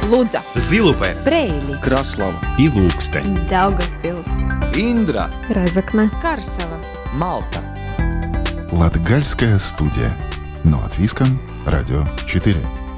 Лудза, Зилупе, Бреили, Краслава и Лукстē, Daugavpils, Индра, Разокне, Карсела, Малта. Латгальская студия. Но от Виском, Радио 4.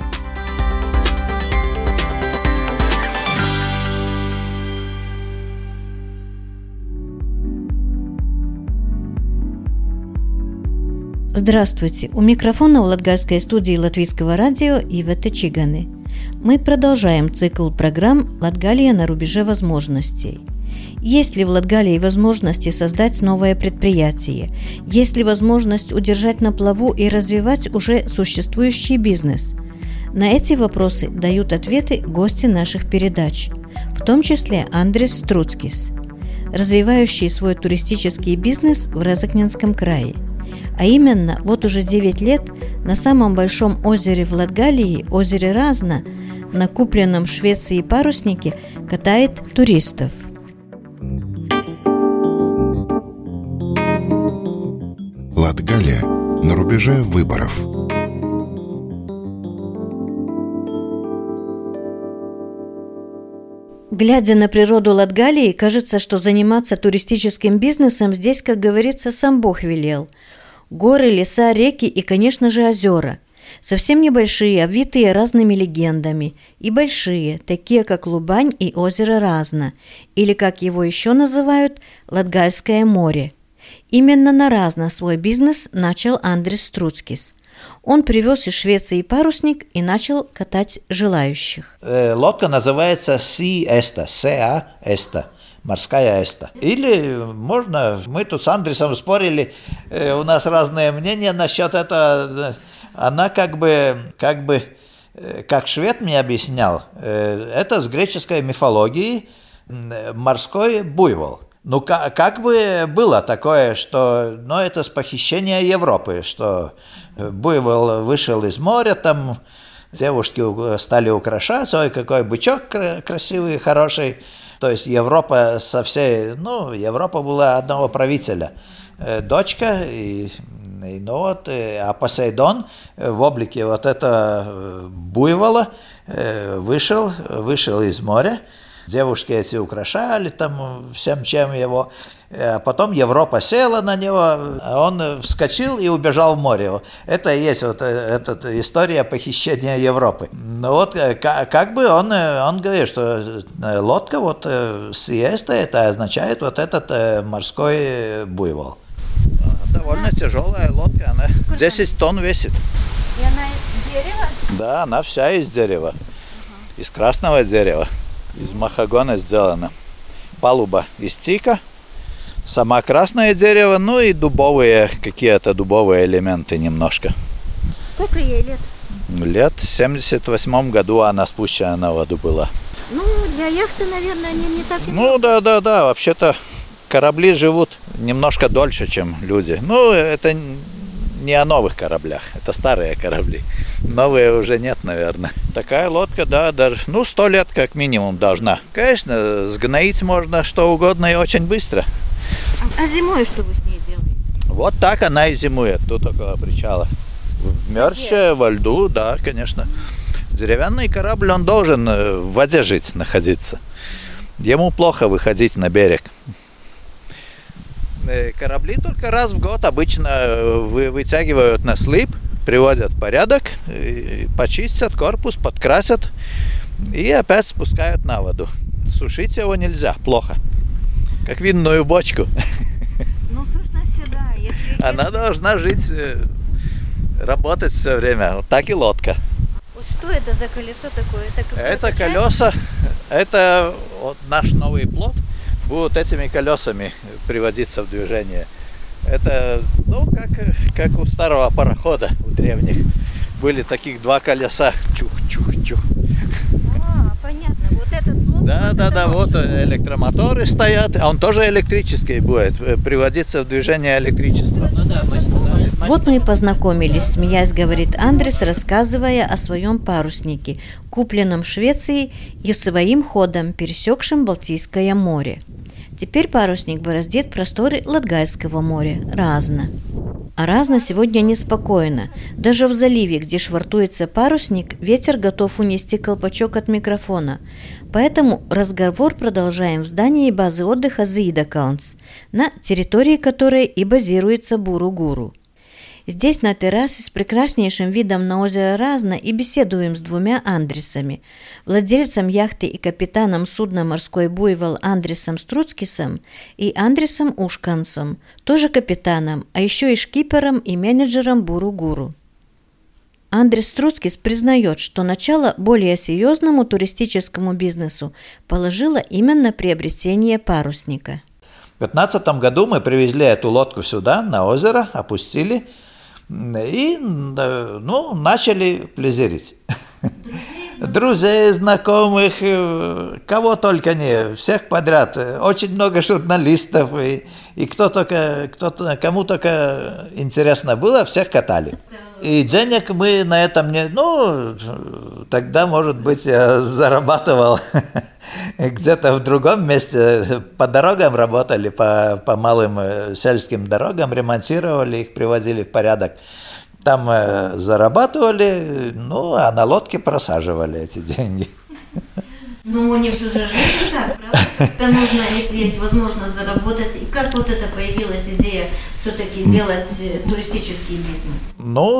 Здравствуйте! У микрофона в Латгальской студии Латвийского радио Ивета Чиганы. Мы продолжаем цикл программ «Латгалия на рубеже возможностей». Есть ли в Латгалии возможности создать новое предприятие? Есть ли возможность удержать на плаву и развивать уже существующий бизнес? На эти вопросы дают ответы гости наших передач, в том числе Андрис Струцкис, развивающий свой туристический бизнес в Разокненском крае. А именно, вот уже 9 лет на самом большом озере в Латгалии, озере Разна, на купленном в Швеции паруснике катает туристов. Латгалия на рубеже выборов. Глядя на природу Латгалии, кажется, что заниматься туристическим бизнесом здесь, как говорится, сам Бог велел. Горы, леса, реки и, конечно же, озера. Совсем небольшие, обвитые разными легендами. И большие, такие как Лубань и озеро Разна, или, как его еще называют, Латгальское море. Именно на Разна свой бизнес начал Андрис Струцкис. Он привез из Швеции парусник и начал катать желающих. Лодка называется Sea Esta, Sea Esta. Морская эста. Или можно, мы тут с Андресом спорили, у нас разные мнения насчет этого. Она как швед мне объяснял, это с греческой мифологии морской буйвол. Ну, как бы было такое, что, это с похищения Европы, что буйвол вышел из моря, там девушки стали украшаться, ой, какой бычок красивый, хороший. То есть Европа со всей, Европа была одного правителя, дочка, а Посейдон в облике вот этого буйвола вышел из моря, девушки эти украшали там всем чем его, а потом Европа села на него, а он вскочил и убежал в море. Это и есть вот эта история похищения Европы. Как бы он говорит, что лодка вот сиеста, это означает вот этот морской буйвол. Довольно тяжелая лодка, она 10 тонн весит. И она из дерева? Да, она вся из дерева, из красного дерева, из махагона сделана. Палуба из тика. Сама красное дерево, и какие-то дубовые элементы немножко. Сколько ей лет? Лет в 78 году она спущена на воду была. Для яхты, наверное, не так. Да, вообще-то корабли живут немножко дольше, чем люди. Это не о новых кораблях, это старые корабли. Новые уже нет, наверное. Такая лодка, да, даже 100 лет как минимум должна. Конечно, сгноить можно что угодно и очень быстро. А зимой что вы с ней делаете? Вот так она и зимует, тут около причала. В мерче, во льду, да, конечно. Деревянный корабль, он должен в воде жить, находиться. Ему плохо выходить на берег. Корабли только раз в год обычно вытягивают на слип, приводят в порядок, почистят корпус, подкрасят и опять спускают на воду. Сушить его нельзя, плохо. Как винную бочку. В сущности, да. Она должна жить, работать все время. Вот так и лодка. Вот что это за колесо такое? Это колеса, это наш новый плот. Будут этими колесами приводиться в движение. Это, как у старого парохода, у древних. Были таких 2 колеса. Чух-чух-чух. Понятно. Вот этот плот. Да, вот электромоторы стоят, а он тоже электрический будет, приводиться в движение электричество. Вот мы и познакомились, смеясь, говорит Андрис, рассказывая о своем паруснике, купленном в Швеции и своим ходом, пересекшим Балтийское море. Теперь парусник бороздит просторы Латгальского моря, Разна. А Разно сегодня неспокойно. Даже в заливе, где швартуется парусник, ветер готов унести колпачок от микрофона. Поэтому разговор продолжаем в здании базы отдыха Зиидакалнс, на территории которой и базируется Буру-Гуру. Здесь на террасе с прекраснейшим видом на озеро Разно и беседуем с двумя Андресами, владельцем яхты и капитаном судна «Морской буйвол» Андресом Струцкисом и Андресом Ушкансом, тоже капитаном, а еще и шкипером и менеджером Буру-Гуру. Андрес Струцкис признает, что начало более серьезному туристическому бизнесу положило именно приобретение парусника. В 2015 году мы привезли эту лодку сюда, на озеро, опустили и начали плезерить. Друзей, знакомых, кого только не, всех подряд. Очень много журналистов, и кому только интересно было, всех катали. И денег мы на этом не... тогда, может быть, я зарабатывал где-то в другом месте. По дорогам работали, по малым сельским дорогам, ремонтировали их, приводили в порядок. Там зарабатывали, а на лодке просаживали эти деньги. Не всю же жизнь так, правда? Это нужно, если есть возможность заработать. И как вот это появилась идея все-таки делать туристический бизнес?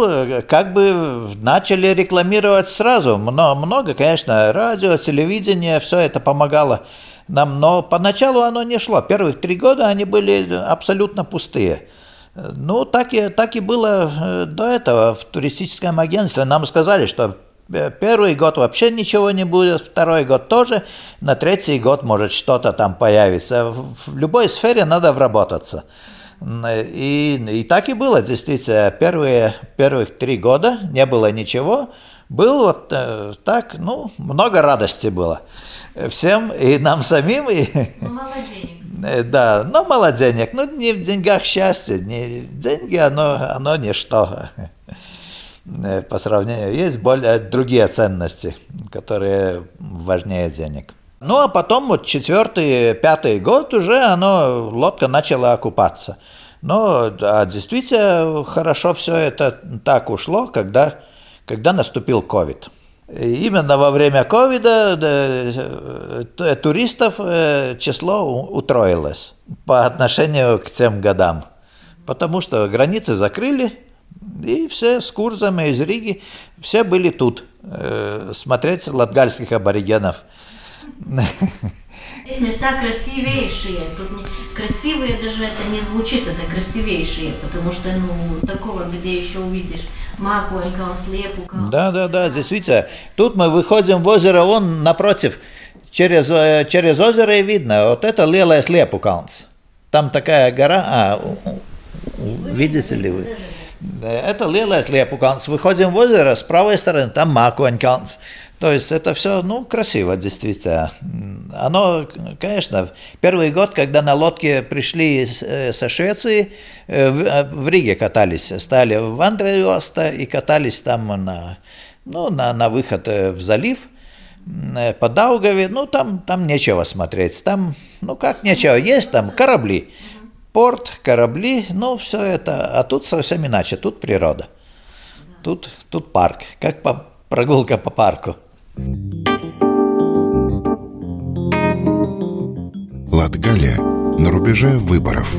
Начали рекламировать сразу. Много, конечно, радио, телевидение, все это помогало нам. Но поначалу оно не шло. Первых 3 года они были абсолютно пустые. Так и было до этого в туристическом агентстве. Нам сказали, что первый год вообще ничего не будет, второй год тоже, на третий год может что-то там появиться. В любой сфере надо вработаться. И так и было, действительно. Первых 3 года не было ничего. Было так, много радости было. Всем, и нам самим. Мало денег. Да, мало денег. Не в деньгах счастье. Деньги, оно ничто. По сравнению, есть более другие ценности, которые важнее денег. А потом 4-5 год уже лодка начала окупаться. Действительно хорошо все это так ушло, когда наступил ковид. Именно во время ковида туристов число утроилось по отношению к тем годам, потому что границы закрыли. И все с курсами из Риги, все были тут, смотреть латгальских аборигенов. Здесь места красивейшие, тут красивые даже это не звучит, это красивейшие, потому что, такого, где еще увидишь Макуэнкалнс, Лепукалнс. Да, действительно. Тут мы выходим в озеро, вон напротив, через озеро и видно, вот это Лелais Лепукалнс. Там такая гора, видите ли вы? Это Лелais Лепукалнс. Выходим в озеро, с правой стороны там Макуэнкалнс. То есть это все, красиво, действительно. Оно, конечно, первый год, когда на лодке пришли со Швеции, в Риге катались, стали в Андреюоста и катались там на выход в залив, по Даугаве. Там нечего смотреть. Там, как нечего, есть там корабли. Порт, корабли, все это, а тут совсем иначе, тут природа, тут парк, как прогулка по парку. Латгалия на рубеже выборов.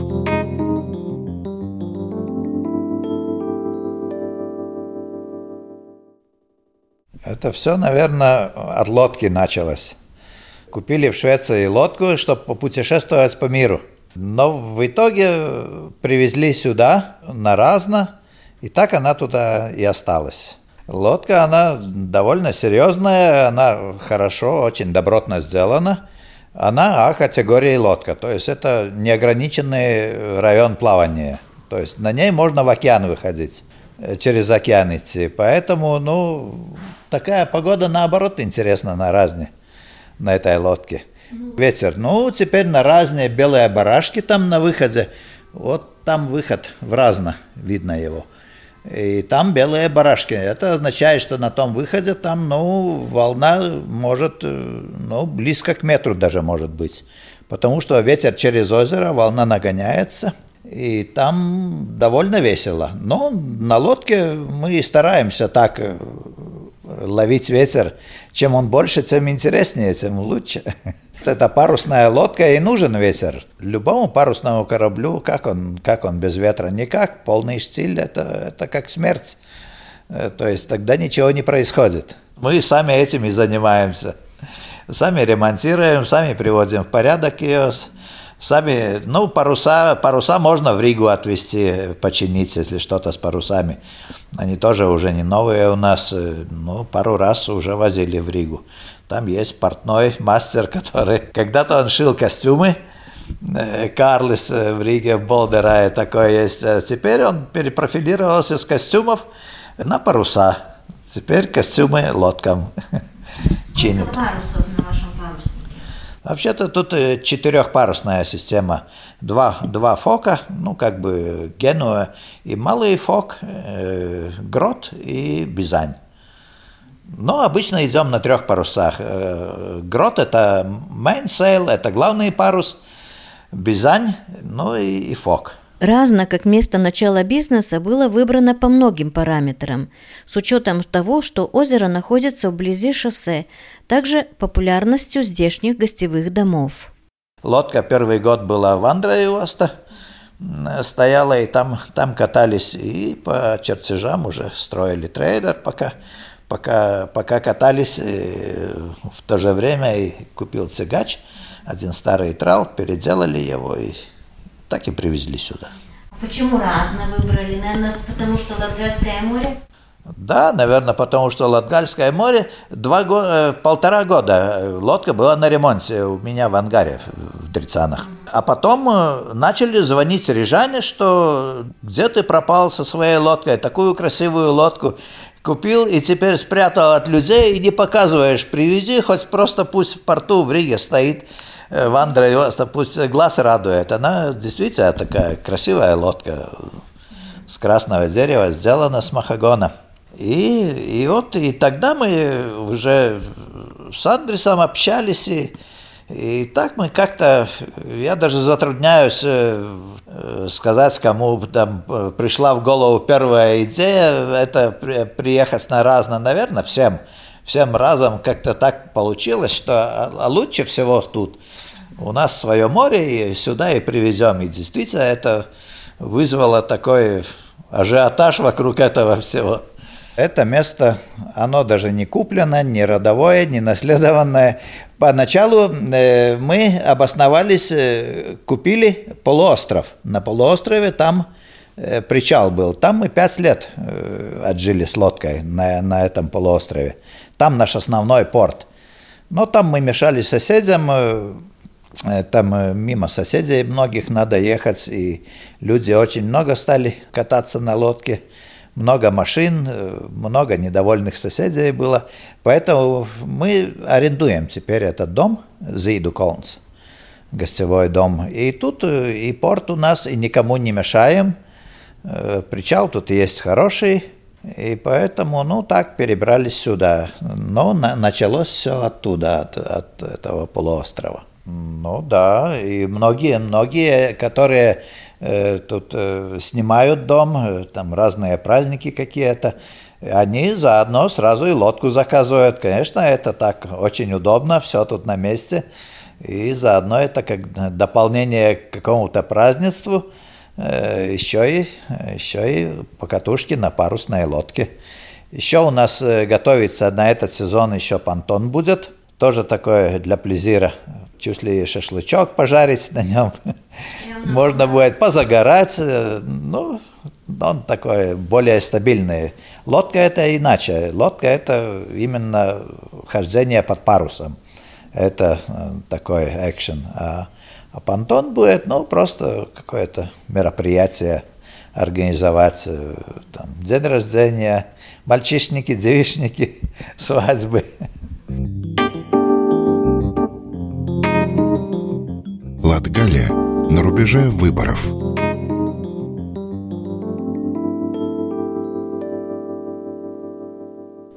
Это все, наверное, от лодки началось. Купили в Швеции лодку, чтобы попутешествовать по миру. Но в итоге привезли сюда, на Разно, и так она туда и осталась. Лодка, она довольно серьезная, она хорошо, очень добротно сделана. Она А-категории лодка, то есть это неограниченный район плавания. То есть на ней можно в океан выходить, через океан идти. Поэтому, такая погода, наоборот, интересна на Разне, на этой лодке. Ветер. Теперь на Разне белые барашки там на выходе. Вот там выход в Разно, видно его. И там белые барашки. Это означает, что на том выходе там, волна может, близко к метру даже может быть. Потому что ветер через озеро, волна нагоняется. И там довольно весело. Но на лодке мы стараемся так ловить ветер. Чем он больше, тем интереснее, тем лучше. Это парусная лодка, и нужен ветер. Любому парусному кораблю, как он без ветра? Никак. Полный штиль – это как смерть. То есть тогда ничего не происходит. Мы сами этим и занимаемся. Сами ремонтируем, сами приводим в порядок ее. Сами, паруса можно в Ригу отвезти, починить, если что-то с парусами. Они тоже уже не новые у нас, пару раз уже возили в Ригу. Там есть портной мастер, который... Когда-то он шил костюмы, Карлис в Риге, в Болдерае такой есть. Теперь он перепрофилировался с костюмов на паруса. Теперь костюмы лодкам чинит. Сколько парусов на вашем паруснике? Вообще-то тут 4-парусная система. Два фока, Генуя и малый фок, Грот и Бизань. Но обычно идем на 3 парусах. Грот – это мейнсейл, это главный парус, Бизань, и фок. Разно, как место начала бизнеса, было выбрано по многим параметрам, с учетом того, что озеро находится вблизи шоссе, также популярностью здешних гостевых домов. Лодка первый год была в Андреевосте, стояла, и там катались, и по чертежам уже строили трейдер, пока катались, в то же время и купил тягач, один старый трал, переделали его и так и привезли сюда. Почему разно выбрали? Наверное, потому что Латгальское море? Да, наверное, потому что Латгальское море 1,5 года лодка была на ремонте у меня в ангаре в Дрицанах. А потом начали звонить рижане, что где ты пропал со своей лодкой, такую красивую лодку купил и теперь спрятал от людей и не показываешь. Привези, хоть просто пусть в порту в Риге стоит. В Андреевосте, пусть глаз радует. Она действительно такая красивая лодка с красного дерева, сделана с махагона. И тогда мы уже с Андресом общались, и так мы как-то, я даже затрудняюсь сказать, кому там пришла в голову первая идея, это приехать на разно, наверное, всем разом как-то так получилось, что лучше всего тут. У нас свое море, и сюда и привезем. И действительно это вызвало такой ажиотаж вокруг этого всего. Это место, оно даже не куплено, не родовое, не наследованное. Поначалу мы обосновались, купили полуостров. На полуострове там причал был. Там мы 5 лет отжили с лодкой на этом полуострове. Там наш основной порт. Но там мы мешали соседям. Там мимо соседей многих надо ехать, и люди очень много стали кататься на лодке. Много машин, много недовольных соседей было. Поэтому мы арендуем теперь этот дом, Zīdu kalns, гостевой дом. И тут и порт у нас, и никому не мешаем. Причал тут есть хороший, и поэтому, так перебрались сюда. Но началось все оттуда, от этого полуострова. Да, и многие, которые тут снимают дом, там разные праздники какие-то, они заодно сразу и лодку заказывают. Конечно, это так очень удобно, все тут на месте. И заодно это как дополнение к какому-то празднеству, еще и покатушки на парусной лодке. Еще у нас готовится на этот сезон еще понтон будет, тоже такое для плезира. Чуть ли шашлычок пожарить на нем, можно будет позагорать, он такой более стабильный. Лодка это иначе, лодка это именно хождение под парусом, это такой экшен, а понтон будет, просто какое-то мероприятие организовать, там, день рождения, мальчишники, девичники, свадьбы. Латгалия на рубеже выборов.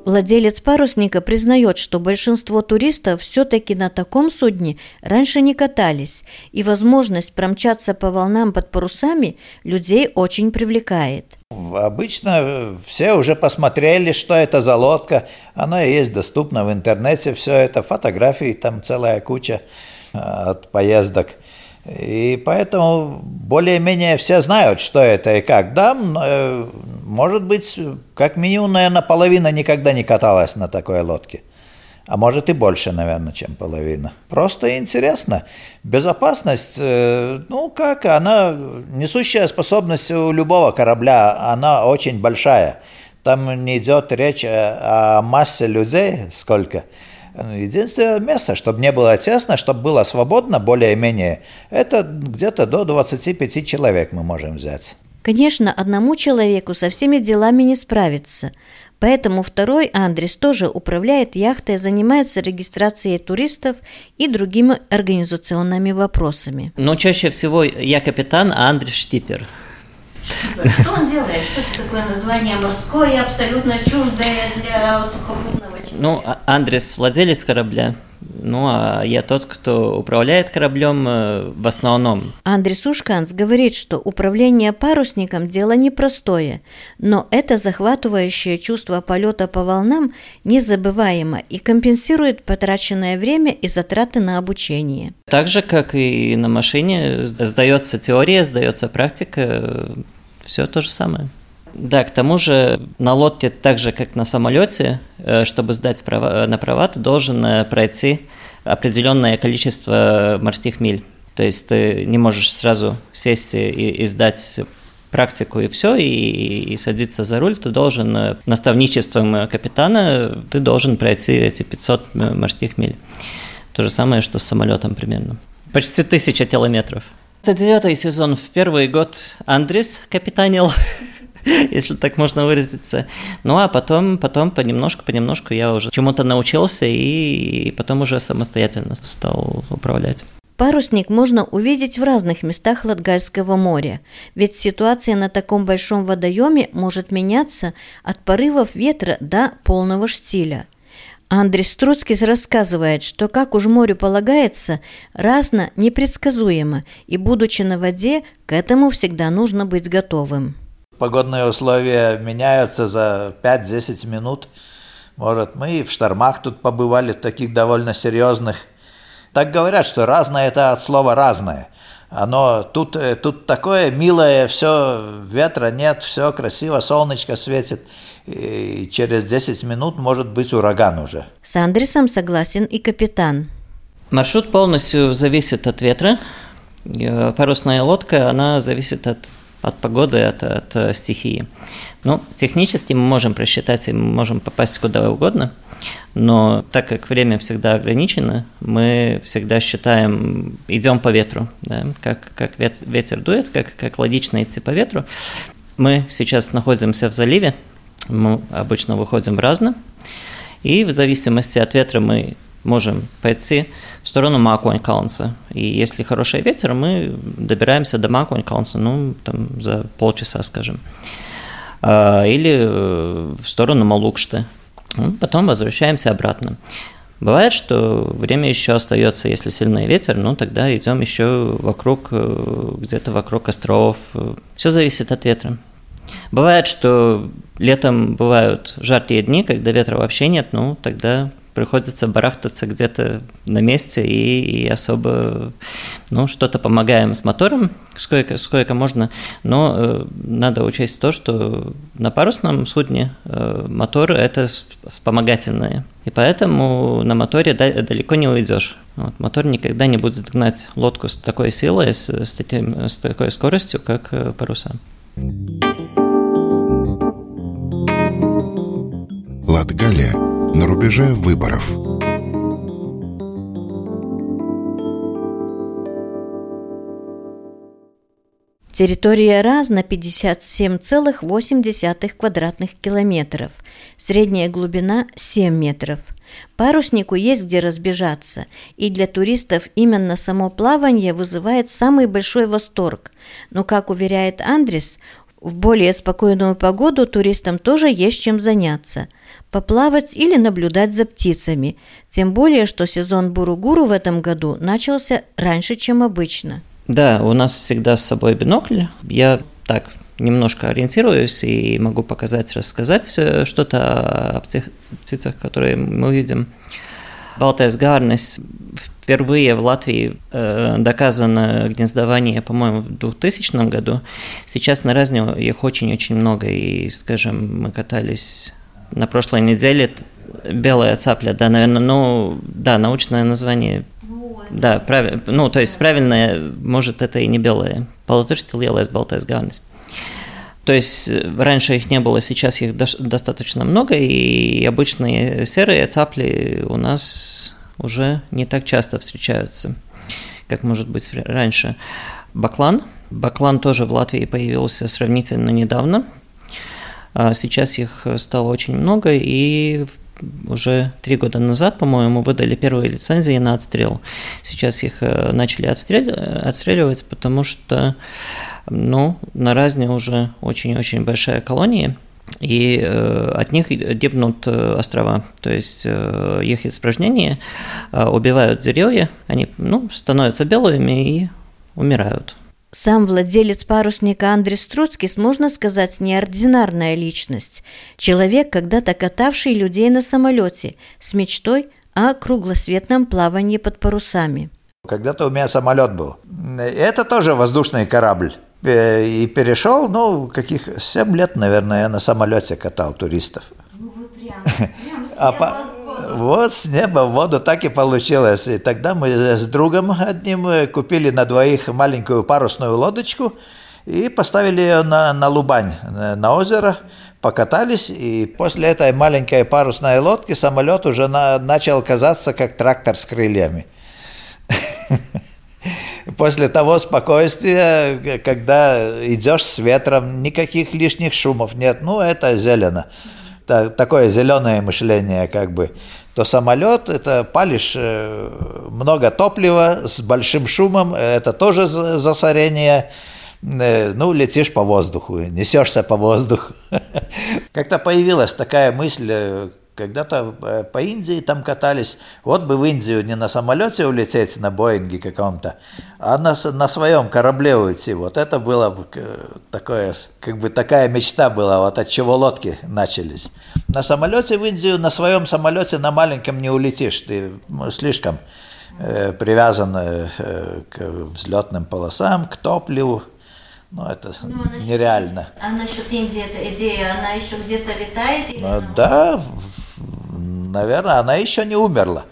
Владелец парусника признает, что большинство туристов все-таки на таком судне раньше не катались, и возможность промчаться по волнам под парусами людей очень привлекает. Обычно все уже посмотрели, что это за лодка. Она есть доступна в интернете, все это, фотографии, там целая куча от поездок. И поэтому более-менее все знают, что это и как. Да, может быть, как минимум, наверное, половина никогда не каталась на такой лодке. А может и больше, наверное, чем половина. Просто интересно. Безопасность, она, несущая способность у любого корабля, она очень большая. Там не идет речь о массе людей, сколько. Единственное место, чтобы не было тесно, чтобы было свободно, более-менее, это где-то до 25 человек мы можем взять. Конечно, одному человеку со всеми делами не справиться. Поэтому второй Андрис тоже управляет яхтой, занимается регистрацией туристов и другими организационными вопросами. Но чаще всего я капитан, а Андрис штипер. Что он делает? Что это такое название морское, абсолютно чуждое для сухопутного человека? Андрис владелец корабля, а я тот, кто управляет кораблем в основном. Андрис Ушканс говорит, что управление парусником – дело непростое, но это захватывающее чувство полета по волнам незабываемо и компенсирует потраченное время и затраты на обучение. Так же, как и на машине, сдается теория, сдается практика, все то же самое. Да, к тому же на лодке, так же как на самолете, чтобы сдать на права, ты должен пройти определенное количество морских миль. То есть ты не можешь сразу сесть и сдать практику и все, и садиться за руль. Ты должен наставничеством капитана, ты должен пройти эти 500 морских миль. То же самое, что с самолетом примерно. Почти 1000 километров. Это 9-й сезон. В первый год Андрис капитанил, если так можно выразиться. А потом понемножку я уже чему-то научился и потом уже самостоятельно стал управлять. Парусник можно увидеть в разных местах Латгальского моря, ведь ситуация на таком большом водоеме может меняться от порывов ветра до полного штиля. Андрис Струцкис рассказывает, что, как уж морю полагается, разно непредсказуемо, и, будучи на воде, к этому всегда нужно быть готовым. Погодные условия меняются за 5-10 минут. Может, мы и в штормах тут побывали, таких довольно серьезных. Так говорят, что разное – это от слова «разное». Оно тут такое милое, все, ветра нет, все красиво, солнышко светит. И через 10 минут может быть ураган уже. С Андрисом согласен и капитан. Маршрут полностью зависит от ветра. Парусная лодка, она зависит от погоды, от стихии. Технически мы можем просчитать и мы можем попасть куда угодно, но так как время всегда ограничено, мы всегда считаем, идем по ветру, да? Как ветер дует, как логично идти по ветру. Мы сейчас находимся в заливе, мы обычно выходим разно, и в зависимости от ветра мы можем пойти в сторону Макуань-Каунса. И если хороший ветер, мы добираемся до Макуань-Каунса, за полчаса, скажем. Или в сторону Малукшты. Потом возвращаемся обратно. Бывает, что время еще остается, если сильный ветер, тогда идем еще где-то вокруг островов. Все зависит от ветра. Бывает, что летом бывают жаркие дни, когда ветра вообще нет, тогда приходится барахтаться где-то на месте и особо, что-то помогаем с мотором, сколько можно, но надо учесть то, что на парусном судне мотор – это вспомогательное, и поэтому на моторе далеко не уйдешь. Мотор никогда не будет гнать лодку с такой силой, с такой скоростью, как паруса. Латгалия на рубеже выборов. Территория РАЗ на 57,8 квадратных километров. Средняя глубина 7 метров. Паруснику есть где разбежаться, и для туристов именно само плавание вызывает самый большой восторг. Но, как уверяет Андрис, В более спокойную погоду туристам тоже есть чем заняться – поплавать или наблюдать за птицами, тем более, что сезон буру-гуру в этом году начался раньше, чем обычно. Да, у нас всегда с собой бинокль. Я так немножко ориентируюсь и могу показать, рассказать что-то о птицах, которые мы видим. Baltais garnis. Впервые в Латвии доказано гнездование, по-моему, в 2000 году. Сейчас на разне их очень-очень много. И, скажем, мы катались на прошлой неделе. Белая цапля, да, наверное, научное название. Да, правильно. То есть правильное, может, это и не белое. По-латышски lielais baltais garnis. То есть раньше их не было, сейчас их достаточно много, и обычные серые цапли у нас уже не так часто встречаются, как, может быть, раньше. Баклан. Баклан тоже в Латвии появился сравнительно недавно. Сейчас их стало очень много, и уже 3 года назад, по-моему, выдали первые лицензии на отстрел. Сейчас их начали отстреливать, потому что на разне уже очень-очень большая колония, и от них гибнут острова. То есть их испражнения убивают деревья, они становятся белыми и умирают. Сам владелец парусника Андрис Струцкис, можно сказать, неординарная личность. Человек, когда-то катавший людей на самолете с мечтой о круглосветном плавании под парусами. Когда-то у меня самолет был. Это тоже воздушный корабль. И перешел, каких 7 лет, наверное, я на самолете катал туристов. Вы прям с неба в воду. Вот с неба в воду так и получилось. И тогда мы с другом одним купили на двоих маленькую парусную лодочку и поставили ее на Лубань, на озеро, покатались. И после этой маленькой парусной лодки самолет уже начал казаться как трактор с крыльями. После того спокойствия, когда идешь с ветром, никаких лишних шумов нет, это зелено. Такое зеленое мышление То самолет, это палишь много топлива с большим шумом, это тоже засорение. Летишь по воздуху, несешься по воздуху. Как-то появилась такая мысль. Когда-то по Индии там катались, вот бы в Индию не на самолете улететь, на Боинге каком-то, а на своем корабле уйти. Вот это было такое, такая мечта была, вот от чего лодки начались. На самолете в Индию, на своем самолете на маленьком не улетишь, ты слишком привязан к взлетным полосам, к топливу. Это нереально. А насчет Индии, эта идея, она еще где-то летает? Да, наверное, она еще не умерла.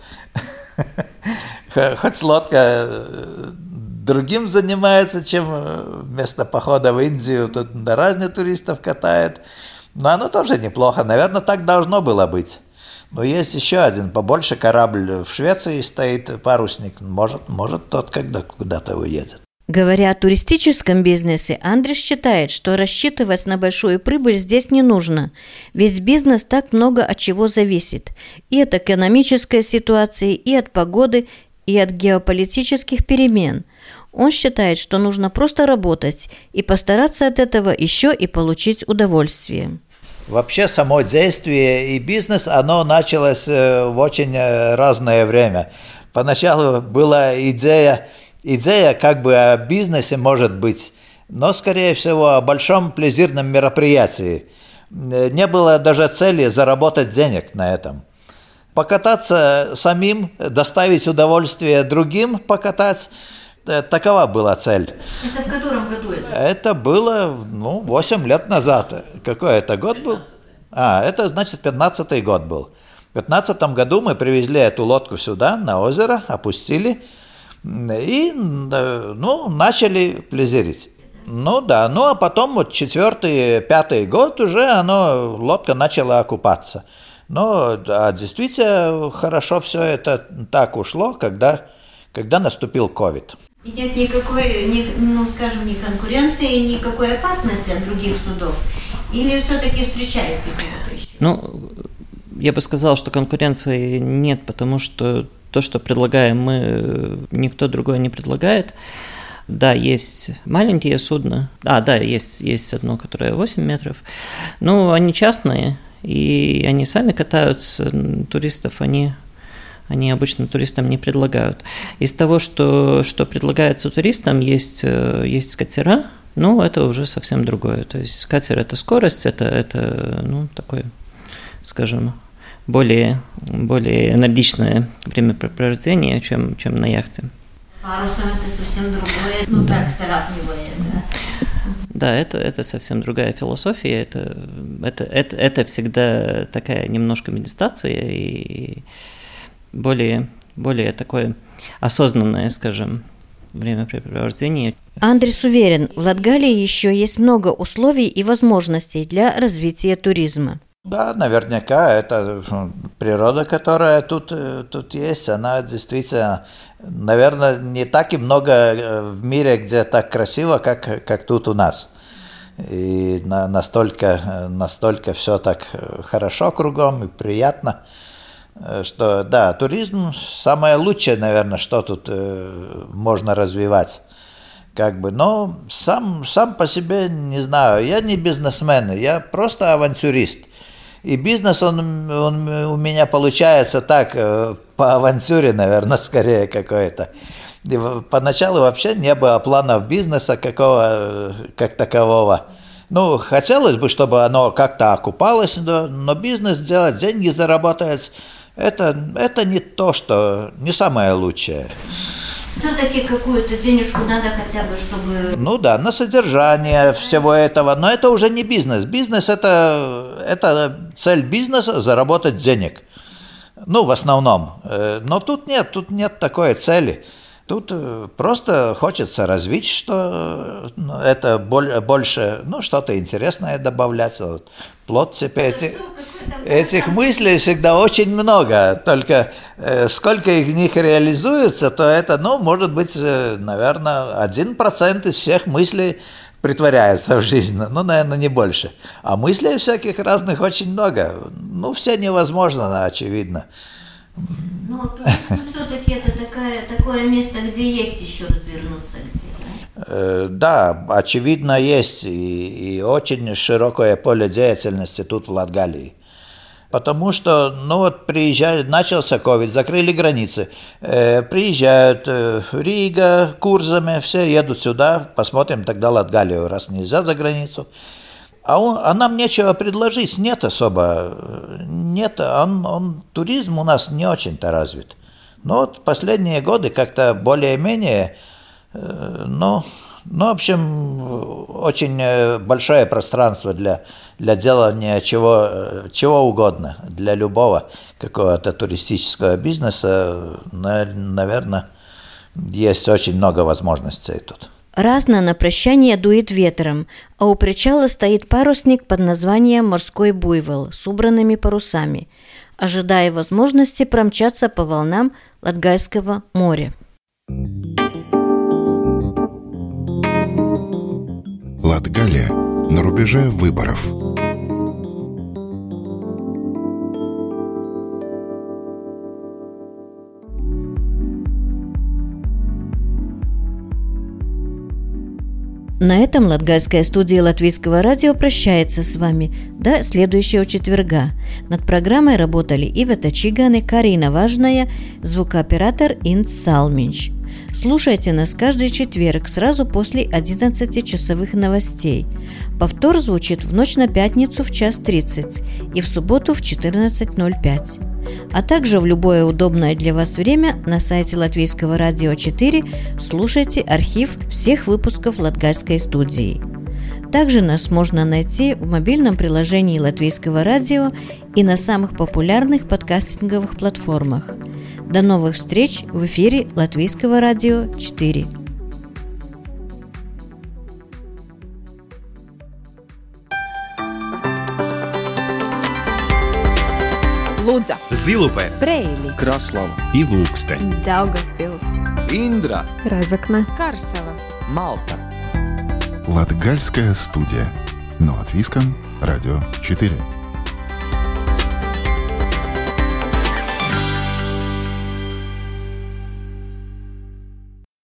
Хоть лодка другим занимается, чем вместо похода в Индию, тут на разные туристов катает. Но оно тоже неплохо, наверное, так должно было быть. Но есть еще один побольше корабль в Швеции стоит, парусник, может тот куда-то уедет. Говоря о туристическом бизнесе, Андрис считает, что рассчитывать на большую прибыль здесь не нужно, ведь бизнес так много от чего зависит. И от экономической ситуации, и от погоды, и от геополитических перемен. Он считает, что нужно просто работать и постараться от этого еще и получить удовольствие. Вообще само действие и бизнес, оно началось в очень разное время. Поначалу была идея о бизнесе, может быть, но, скорее всего, о большом плезирном мероприятии. Не было даже цели заработать денег на этом. Покататься самим, доставить удовольствие другим покатать, такова была цель. Это в котором году это? Это было, 8 лет назад. Какой это год был? Это значит 15-й год был. В 15-м году мы привезли эту лодку сюда, на озеро, опустили. И, начали плезирить. А потом 4-й, 5-й год уже лодка начала окупаться. Действительно хорошо все это так ушло, когда наступил ковид. И нет никакой, ни конкуренции, никакой опасности от других судов? Или все-таки встречаете кого-то еще? Я бы сказал, что конкуренции нет, потому что то, что предлагаем мы, никто другой не предлагает. Да, есть маленькие судна. Да, есть одно, которое 8 метров. Но они частные, и они сами катаются. Туристов они обычно туристам не предлагают. Из того, что предлагается туристам, есть катера, но это уже совсем другое. То есть катер – это скорость, это такое, скажем, более энергичное времяпрепровождение, чем на яхте. Парусом это совсем другое, так сравнивая, да. Да, это совсем другая философия, это всегда такая немножко медитация и более такое осознанное, скажем, времяпрепровождение. Андрис уверен, в Латгалии еще есть много условий и возможностей для развития туризма. Да, наверняка, это природа, которая тут есть, она действительно, наверное, не так и много в мире, где так красиво, как тут у нас. И настолько все так хорошо кругом и приятно, что, да, туризм самое лучшее, наверное, что тут можно развивать. Но сам по себе, не знаю, я не бизнесмен, я просто авантюрист. И бизнес, он у меня получается так, по авантюре, наверное, скорее какой-то. И поначалу вообще не было планов бизнеса как такового. Хотелось бы, чтобы оно как-то окупалось, но бизнес делать, деньги заработать, это не то, что не самое лучшее. Все-таки какую-то денежку надо хотя бы, чтобы... На содержание всего этого, но это уже не бизнес. Бизнес это цель бизнеса – заработать денег. В основном. Но тут нет такой цели. Тут просто хочется развить, что это больше, что-то интересное добавлять. Плод теперь этих мыслей всегда очень много, только сколько из них реализуется, то это, может быть, наверное, 1% из всех мыслей притворяется в жизнь, наверное, не больше. А мыслей всяких разных очень много, все невозможно, очевидно. Туризм все-таки это такое место, где есть еще развернуться, Да, очевидно, есть и очень широкое поле деятельности тут в Латгалии. Потому что, приезжают, начался ковид, закрыли границы, приезжают Рига, Курзаме, все едут сюда, посмотрим тогда Латгалию, раз нельзя за границу. А нам нечего предложить, нет особо, туризм у нас не очень-то развит. Последние годы как-то более-менее, в общем, очень большое пространство для делания чего угодно, для любого какого-то туристического бизнеса, наверное, есть очень много возможностей тут. Разно на прощание дует ветром, а у причала стоит парусник под названием «Морской буйвол» с убранными парусами, ожидая возможности промчаться по волнам Латгальского моря. Латгалия на рубеже выборов. На этом Латгальская студия Латвийского радио прощается с вами до следующего четверга. Над программой работали Ивета Чиганы, Карина Важная, звукооператор Инц Салминч. Слушайте нас каждый четверг сразу после 11-часовых новостей. Повтор звучит в ночь на пятницу в 1:30 и в субботу в 14:05. А также в любое удобное для вас время на сайте Латвийского радио 4 слушайте архив всех выпусков Латгальской студии. Также нас можно найти в мобильном приложении Латвийского радио и на самых популярных подкастинговых платформах. До новых встреч в эфире Латвийского радио 4. Лудза, Зилупе, Бреили, Краслава и Лукстен, Daugavpils, Индра, Разокна, Карсела, Малта. Латгальская студия. На Латвийском радио 4.